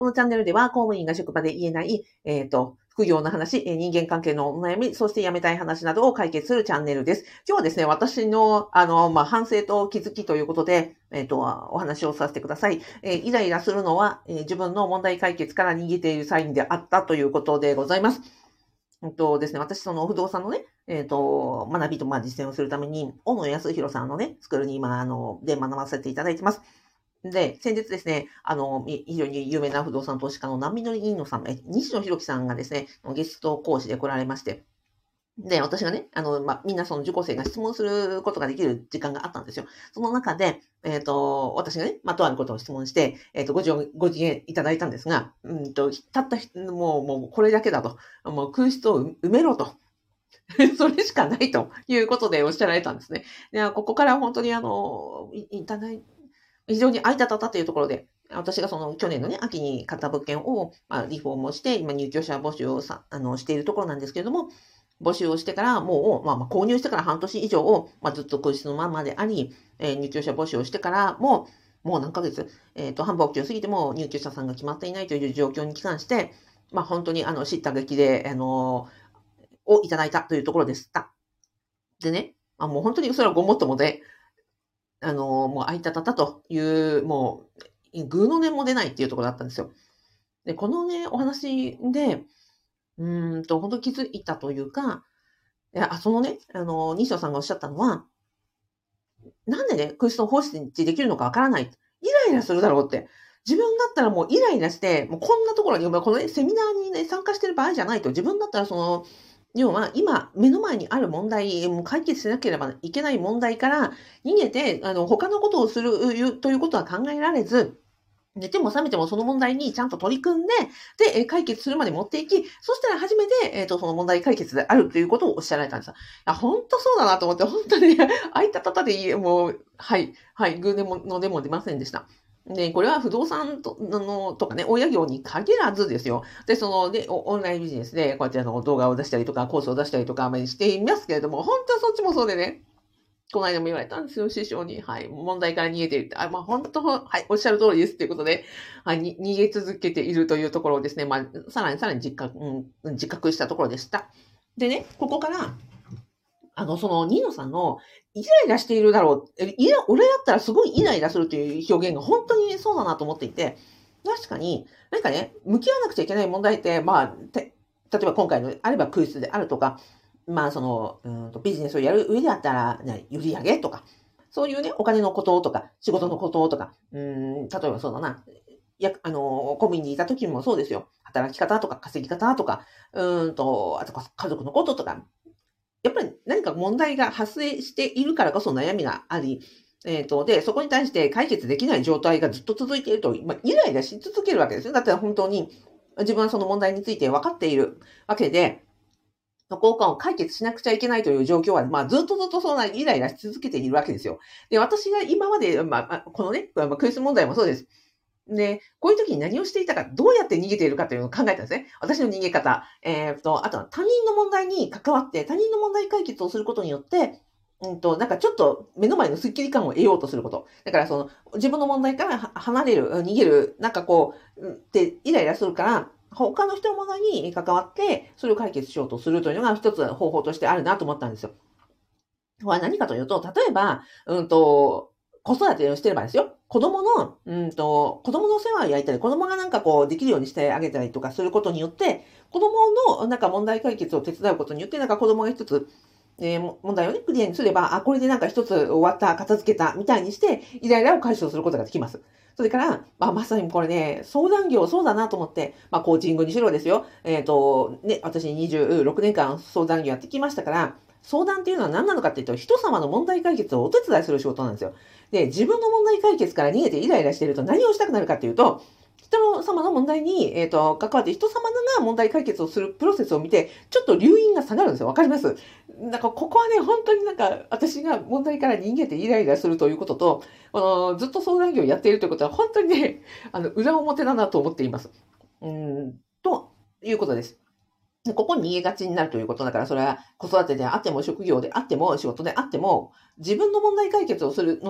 このチャンネルでは公務員が職場で言えない、副業の話、人間関係のお悩み、そして辞めたい話などを解決するチャンネルです。今日はですね、私の、反省と気づきということで、お話をさせてください。イライラするのは、自分の問題解決から逃げているサインであったということでございます。ですね、私、その不動産のね、学びと実践をするために、小野康弘さんのね、スクールに今、で学ばせていただいてます。で、先日ですね、非常に有名な不動産投資家の波乗り委員のさん、西野博樹さんがですね、ゲスト講師で来られまして、で、私がね、みんなその受講生が質問することができる時間があったんですよ。その中で、私がね、とあることを質問して、ご次元いただいたんですが、たったもうこれだけだと、もう空室を埋めろと。それしかないということでおっしゃられたんですね。で、ここから本当にいただい非常に空いたたたというところで、私がその去年のね、秋に買った物件を、リフォームをして、今入居者募集をしているところなんですけれども、募集をしてからもう、購入してから半年以上、ずっと空室のままであり、入居者募集をしてからもう何ヶ月、繁忙期を過ぎても入居者さんが決まっていないという状況に関して、本当に知った激で、をいただいたというところでした。でね、もう本当にそれはごもっともで、もう空いたたたという、もう、ぐうの音も出ないっていうところだったんですよ。で、このね、お話で、本当気づいたというか、そのね、西野さんがおっしゃったのは、なんでね、空室を放置できるのかわからない。イライラするだろうって。自分だったらもうイライラして、もうこんなところに、このね、セミナーにね、参加してる場合じゃないと。自分だったら要は今目の前にある問題、もう解決しなければいけない問題から逃げて、他のことをするということは考えられず、寝ても覚めてもその問題にちゃんと取り組んで、で、解決するまで持っていき、そしたら初めて、その問題解決であるということをおっしゃられたんですよ。いや、本当そうだなと思って、本当に、あいたたたでいい、もう、はい、偶でものでも出ませんでした。で、これは不動産とかね、親業に限らずですよ。で、オンラインビジネスで、こうやって動画を出したりとか、コースを出したりとか、していますけれども、本当はそっちもそうでね、この間も言われたんですよ、師匠に。はい。問題から逃げているって。本当、はい。おっしゃる通りですっていうことで、はい。逃げ続けているというところをですね、さらに自覚したところでした。でね、ここから、その、ニーノさんの、イライラしているだろう。俺だったらすごいイライラするという表現が本当にそうだなと思っていて、確かに、なんかね、向き合わなくちゃいけない問題って、例えば今回のあれば空室であるとか、ビジネスをやる上であったら、売り上げとか、そういうね、お金のこととか、仕事のこととか、例えばそうだな、公務員にいた時もそうですよ。働き方とか稼ぎ方とか、あと家族のこととか、やっぱり何か問題が発生しているからこそ悩みがあり、で、そこに対して解決できない状態がずっと続いていると、イライラし続けるわけですよ。だって本当に自分はその問題について分かっているわけで、そこを解決しなくちゃいけないという状況は、ずっとそんなイライラし続けているわけですよ。で、私が今まで、このね、クイズ問題もそうです。で、こういう時に何をしていたか、どうやって逃げているかというのを考えたんですね。私の逃げ方。あとは他人の問題に関わって、他人の問題解決をすることによって、なんかちょっと目の前のスッキリ感を得ようとすること。だから自分の問題から離れる、逃げる、なんかってイライラするから、他の人の問題に関わって、それを解決しようとするというのが一つ方法としてあるなと思ったんですよ。これは何かというと、例えば、子育てをしてればですよ。子供の世話を焼いたり、子供がなんかできるようにしてあげたりとかすることによって、子供のなんか問題解決を手伝うことによって、なんか子供が一つ、問題をね、クリアにすれば、これでなんか一つ終わった、片付けた、みたいにして、イライラを解消することができます。それから、まさにこれね、相談業、そうだなと思って、コーチングにしろですよ。私26年間相談業やってきましたから、相談っていうのは何なのかっていうと、人様の問題解決をお手伝いする仕事なんですよ。で、自分の問題解決から逃げてイライラしていると何をしたくなるかっていうと、人様の問題に、関わって人様が問題解決をするプロセスを見て、ちょっと留飲が下がるんですよ。わかります？なんか、ここはね、本当になんか、私が問題から逃げてイライラするということと、ずっと相談業をやっているということは、本当にね、裏表だなと思っています。ということです。ここに逃げがちになるということだから、それは子育てであっても、職業であっても、仕事であっても、自分の問題解決をするの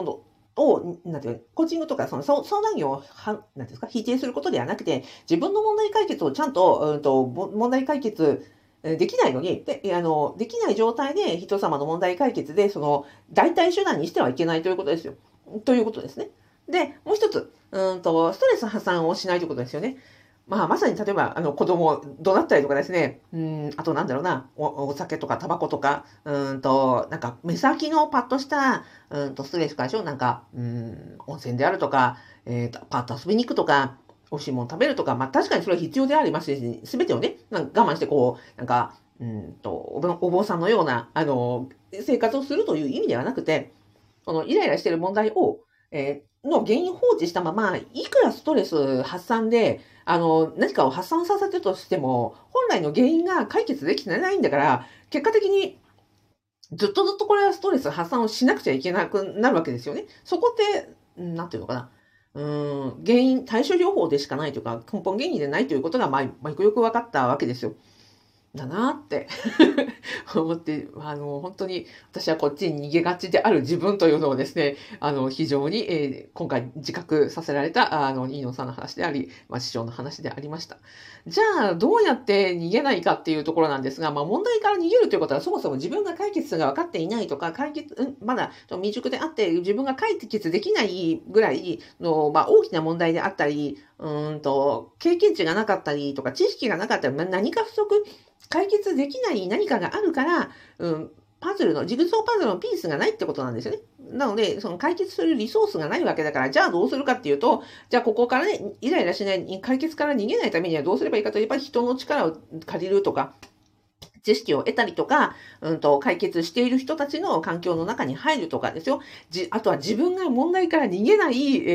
を、なんていうか、コーチングとか、その相談業をなんていうんですか、否定することではなくて、自分の問題解決をちゃんと、問題解決できないのに、できない状態で人様の問題解決で、代替手段にしてはいけないということですよ。ということですね。で、もう一つ、ストレス発散をしないということですよね。まさに例えば、子供怒鳴ったりとかですね、あとなんだろうな、お酒とかタバコとか、なんか目先のパッとした、ストレス解消、なんか、温泉であるとか、パッと遊びに行くとか、美味しいもの食べるとか、確かにそれは必要でありますし、すべてをね、我慢してなんか、お坊さんのような、生活をするという意味ではなくて、このイライラしている問題を、の原因放置したまま、いくらストレス発散で、何かを発散させるとしても、本来の原因が解決できてないんだから、結果的にずっとこれはストレス発散をしなくちゃいけなくなるわけですよね。そこって、なんていうのかな。対処療法でしかないというか、根本原因でないということが、よくよく分かったわけですよ。だなって思って、本当に私はこっちに逃げがちである自分というのをですね、非常に、今回自覚させられた、飯野さんの話であり、師匠の話でありました。じゃあ、どうやって逃げないかっていうところなんですが、問題から逃げるということは、そもそも自分が解決が分かっていないとか、まだ未熟であって、自分が解決できないぐらいの、大きな問題であったり、経験値がなかったりとか、知識がなかったり、何か不足、解決できない何かがあるから、ジグソーパズルのピースがないってことなんですよね。なので、その解決するリソースがないわけだから、じゃあどうするかっていうと、じゃあここからね、イライラしない、解決から逃げないためにはどうすればいいかといえば、人の力を借りるとか、知識を得たりとか、解決している人たちの環境の中に入るとかですよ。あとは自分が問題から逃げない、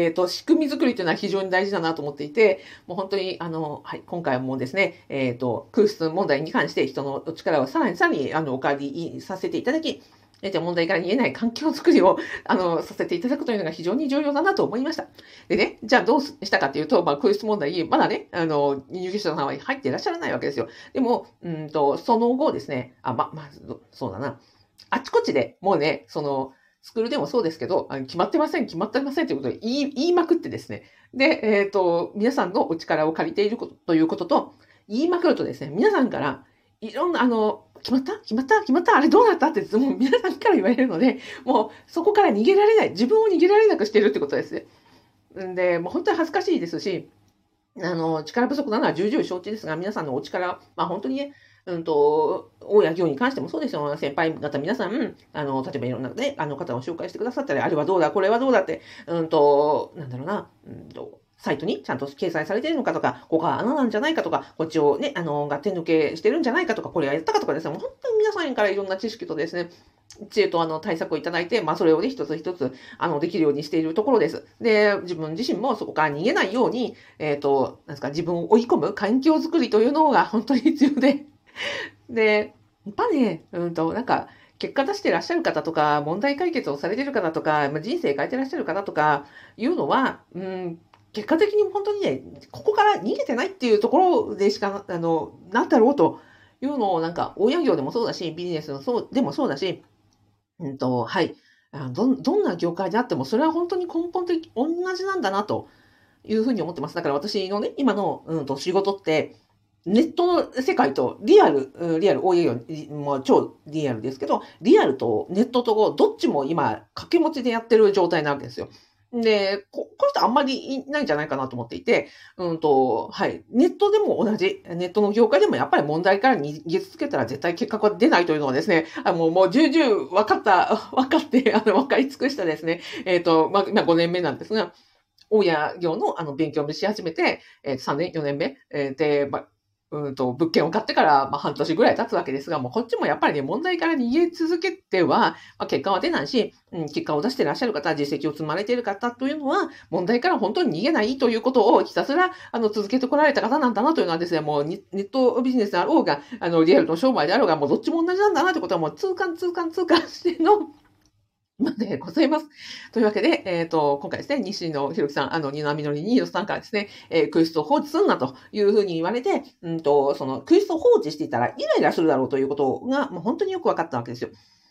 仕組み作りというのは非常に大事だなと思っていて、もう本当に、はい、今回もですね、空室問題に関して人の力をさらに、お借りさせていただき、問題から逃げない環境づくりを、させていただくというのが非常に重要だなと思いました。でね、じゃあどうしたかというと、空室問題、まだね、入居者さんは入っていらっしゃらないわけですよ。でも、その後ですね、そうだな。あちこちでもうね、スクールでもそうですけど、決まってませんということを言いまくってですね。で、皆さんのお力を借りているということと、言いまくるとですね、皆さんから、いろんな、決まったあれどうなったって、もう皆さんから言われるので、もうそこから逃げられない、自分を逃げられなくしているってことですね。で、もう本当に恥ずかしいですし、力不足なのは重々承知ですが、皆さんのお力、本当にね、大家業に関してもそうですよ。先輩方皆さん、例えばいろんなね、方を紹介してくださったり、あれはどうだ、これはどうだって、なんだろうな、サイトにちゃんと掲載されているのかとか、ここは穴なんじゃないかとか、こっちをね、が手抜けしてるんじゃないかとか、これはやったかとかですね、もう本当に皆さんからいろんな知識とですね、知恵と対策をいただいて、それをね、一つ一つ、できるようにしているところです。で、自分自身もそこから逃げないように、なんですか、自分を追い込む環境づくりというのが本当に必要で、で、やっぱね、なんか、結果出してらっしゃる方とか、問題解決をされてる方とか、人生変えてらっしゃる方とかいうのは、結果的に本当にね、ここから逃げてないっていうところでしか、なんだろうというのを、なんか、親業でもそうだし、ビジネスでもそうだし、はい。どんな業界であっても、それは本当に根本的、同じなんだな、というふうに思ってます。だから私のね、今の、仕事って、ネットの世界とリアル、OA も超リアルですけど、リアルとネットとどっちも今、掛け持ちでやってる状態なわけですよ。で、こういう人あんまりいないんじゃないかなと思っていて、はい。ネットでも同じ、ネットの業界でもやっぱり問題から逃げ続けたら絶対結果が出ないというのはですね、もう重々分かって、分かり尽くしたですね、今5年目なんですが、大家業の勉強をし始めて、3年、4年目、で、物件を買ってから、半年ぐらい経つわけですが、もうこっちもやっぱりね、問題から逃げ続けては、結果は出ないし、結果を出していらっしゃる方、実績を積まれている方というのは、問題から本当に逃げないということをひたすら、続けてこられた方なんだなというのはですね、もうネットビジネスであろうが、リアルの商売であろうが、もうどっちも同じなんだなということはもう痛感しての、ございます。というわけで、今回ですね、西野博樹さん、ニナミノリニーノさんからですね、クリストを放置するなというふうに言われて、そのクリストを放置していたらイライラするだろうということが、もう本当によく分かったわけですよ。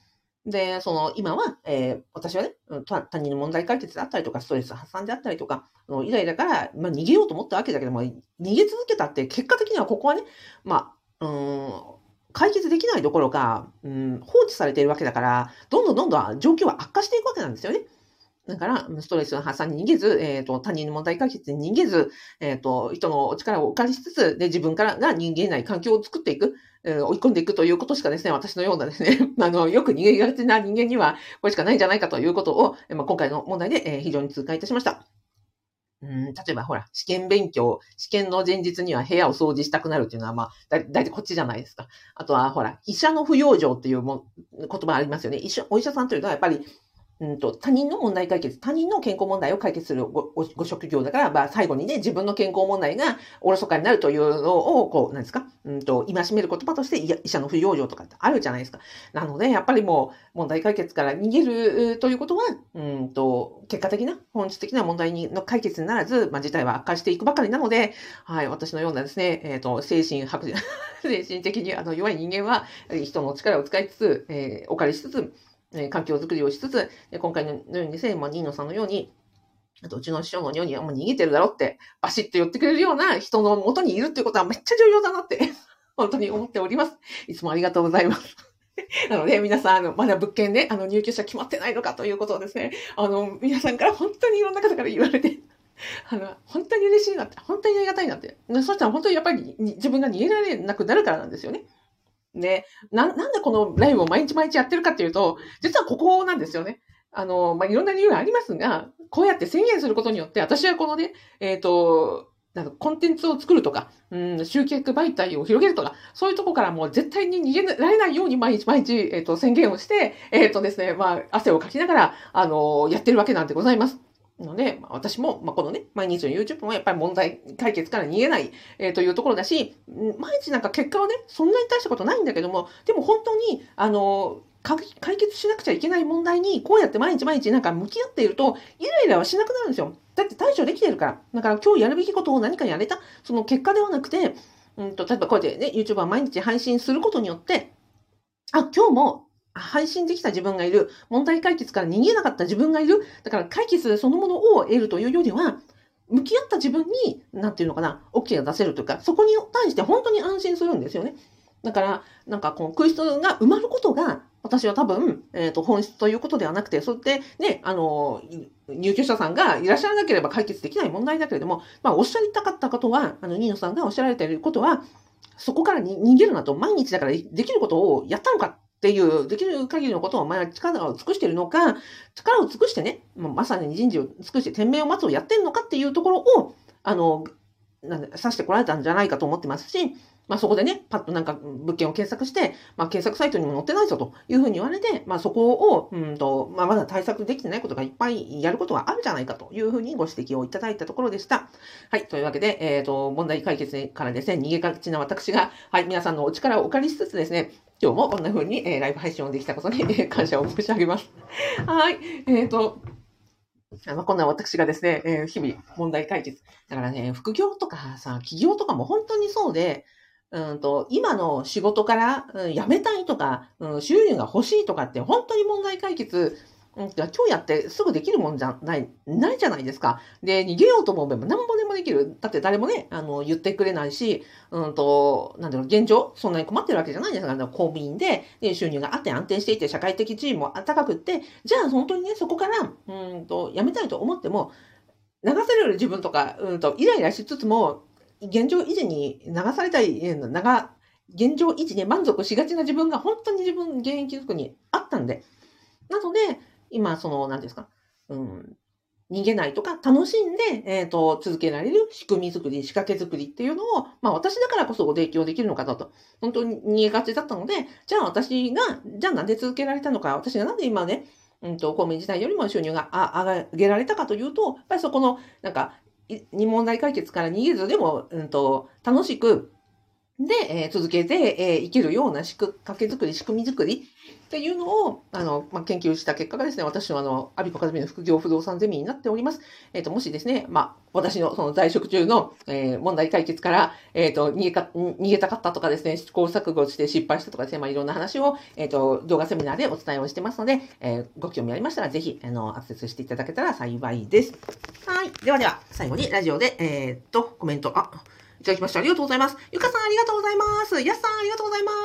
で、今は、私はね、他人の問題解決であったりとか、ストレス発散であったりとか、イライラから、逃げようと思ったわけだけども、逃げ続けたって、結果的にはここはね、まあ、解決できないどころか、放置されているわけだから、どんどん状況は悪化していくわけなんですよね。だから、ストレス発散に逃げず、他人の問題解決に逃げず、人のお力をお借りしつつ、で、自分からが逃げない環境を作っていく、追い込んでいくということしかですね、私のようなですね、よく逃げがちな人間には、これしかないんじゃないかということを、今回の問題で、非常に痛感いたしました。例えばほら、試験の前日には部屋を掃除したくなるっていうのは、だいたいこっちじゃないですか。あとはほら、医者の不養生っていう言葉ありますよね。お医者さんというのはやっぱり、他人の問題解決、他人の健康問題を解決するご職業だから、最後にね、自分の健康問題がおろそかになるというのを、なんですか、戒める言葉として、医者の不養生とかってあるじゃないですか。なので、やっぱりもう、問題解決から逃げるということは、結果的な、本質的な問題の解決にならず、事態は悪化していくばかりなので、はい、私のようなですね、精神的に弱い人間は、人の力を使いつつ、お借りしつつ、環境づくりをしつつ、今回のようにですね、ニーノさんのように、あとうちの師匠のように、もう逃げてるだろって、バシッと言ってくれるような人の元にいるっていうことはめっちゃ重要だなって、本当に思っております。いつもありがとうございます。なので、皆さん、まだ物件で、入居者決まってないのかということをですね、皆さんから本当にいろんな方から言われて、本当に嬉しいなって、本当にありがたいなって。そしたら本当にやっぱり自分が逃げられなくなるからなんですよね。で、なんでこのライブを毎日毎日やってるかっていうと、実はここなんですよね。いろんな理由がありますが、こうやって宣言することによって、私はこのね、コンテンツを作るとか、集客媒体を広げるとか、そういうとこからもう絶対に逃げられないように毎日毎日、宣言をして、ですね、汗をかきながら、やってるわけなんでございます。ので、私も、このね、毎日の YouTube もやっぱり問題解決から逃げない、というところだし、毎日なんか結果はね、そんなに大したことないんだけども、でも本当に、解決しなくちゃいけない問題に、こうやって毎日毎日なんか向き合っていると、イライラはしなくなるんですよ。だって対処できてるから。だから今日やるべきことを何かやれた、その結果ではなくて、例えばこうやってね、YouTube は毎日配信することによって、今日も配信できた自分がいる。問題解決から逃げなかった自分がいる。だから解決そのものを得るというよりは、向き合った自分に、なんていうのかな、OK が出せるというか、そこに対して本当に安心するんですよね。だから、なんかこの空室が埋まることが、私は多分、本質ということではなくて、そうやってね、入居者さんがいらっしゃらなければ解決できない問題だけれども、おっしゃりたかったことは、ニーノさんがおっしゃられていることは、そこから逃げるなと、毎日だからできることをやったのかっていう、できる限りのことを力を尽くしているのか、力を尽くしてね、まさに人事を尽くして天命を待つをやってるのかっていうところを、指してこられたんじゃないかと思ってますし、そこでね、パッとなんか物件を検索して、検索サイトにも載ってないぞというふうに言われて、そこを、まだ対策できてないことがいっぱいやることがあるじゃないかというふうにご指摘をいただいたところでした。はい、というわけで、問題解決からですね、逃げがちな私が、はい、皆さんのお力をお借りしつつですね、今日もこんな風に、ライブ配信をできたことに、感謝を申し上げます。はい、こんな私がですね、日々問題解決。だからね、副業とかさ、起業とかも本当にそうで、今の仕事から、辞めたいとか、収入が欲しいとかって本当に問題解決、今日やってすぐできるもんじゃないじゃないですか。で、逃げようと思えば何ぼでもできる。だって誰もね、言ってくれないし、なんだろう、現状、そんなに困ってるわけじゃないですか。公務員で、収入があって安定していて、社会的地位も高くって、じゃあ本当にね、そこから、辞めたいと思っても、流される自分とか、イライラしつつも、現状維持に流されたい、現状維持に満足しがちな自分が本当に現役族にあったんで。なので、今、何ですか、逃げないとか、楽しんで、続けられる仕組み作り、仕掛け作りっていうのを、私だからこそご提供できるのかなと。本当に逃げがちだったので、じゃあなんで続けられたのか、私がなんで今ね、公務員時代よりも収入が上げられたかというと、やっぱりそこの、問題解決から逃げずでも、楽しく、 で、続けて、いけるような仕組み作りっていうのを、研究した結果がですね、私のアビコカズミの副業不動産ゼミになっております。もしですね、私のその在職中の、問題解決から、逃げたかったとかですね、試行錯誤して失敗したとかですね、いろんな話を、動画セミナーでお伝えをしてますので、ご興味ありましたら、ぜひ、アクセスしていただけたら幸いです。はい。では、最後にラジオで、コメント、いただきました。ありがとうございます。ゆかさんありがとうございます。やすさんありがとうございます。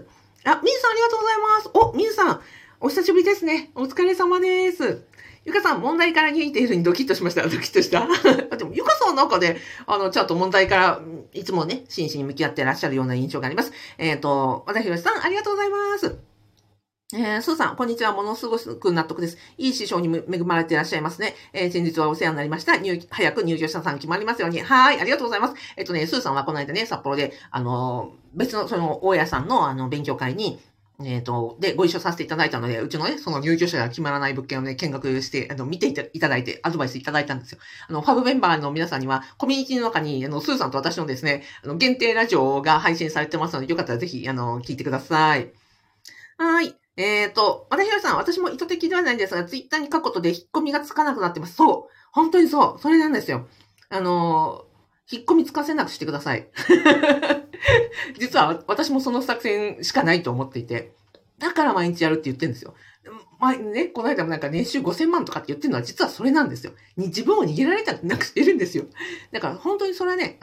みずさんありがとうございます。みずさん、お久しぶりですね。お疲れ様です。ゆかさん、問題から逃げているにドキッとしました。ドキッとした。でも、ゆかさんなんかで、ちゃんと問題から、いつもね、真摯に向き合ってらっしゃるような印象があります。和田博さん、ありがとうございます。スーさん、こんにちは。ものすごく納得です。いい師匠に恵まれていらっしゃいますね。先日はお世話になりました。早く入居者さん決まりますように。はい、ありがとうございます。スーさんはこの間ね、札幌で、別の、大家さんの、勉強会に、で、ご一緒させていただいたので、うちのね、その入居者が決まらない物件をね、見学して、見ていただいて、アドバイスいただいたんですよ。ファブメンバーの皆さんには、コミュニティの中に、スーさんと私のですね、限定ラジオが配信されてますので、よかったらぜひ、聞いてください。はい。和田博さん、私も意図的ではないんですが、ツイッターに書くことで引っ込みがつかなくなってます。そう。本当にそう。それなんですよ。引っ込みつかせなくしてください。実は私もその作戦しかないと思っていて。だから毎日やるって言ってるんですよ。ね、この間もなんか年収5000万とかって言ってるのは実はそれなんですよ。自分を逃げられたくなくしてるんですよ。だから本当にそれはね、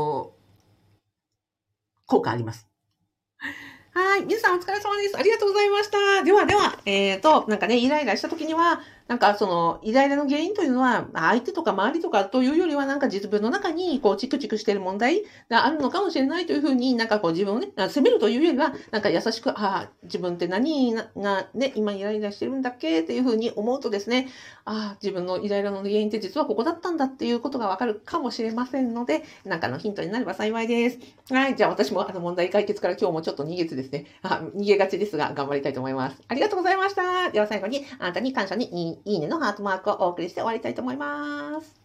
効果あります。はい。皆さんお疲れ様です。ありがとうございました。では、なんかね、イライラした時には、なんかその、イライラの原因というのは、相手とか周りとかというよりは、なんか自分の中に、チクチクしている問題があるのかもしれないというふうに、なんか自分をね、責めるというよりは、なんか優しく、自分って何がね、今イライラしてるんだっけっていうふうに思うとですね、自分のイライラの原因って実はここだったんだっていうことがわかるかもしれませんので、なんかのヒントになれば幸いです。はい。じゃあ私も問題解決から今日もちょっと逃げてですね、逃げがちですが頑張りたいと思います。ありがとうございました。では最後にあなたに感謝にいいねのハートマークをお送りして終わりたいと思います。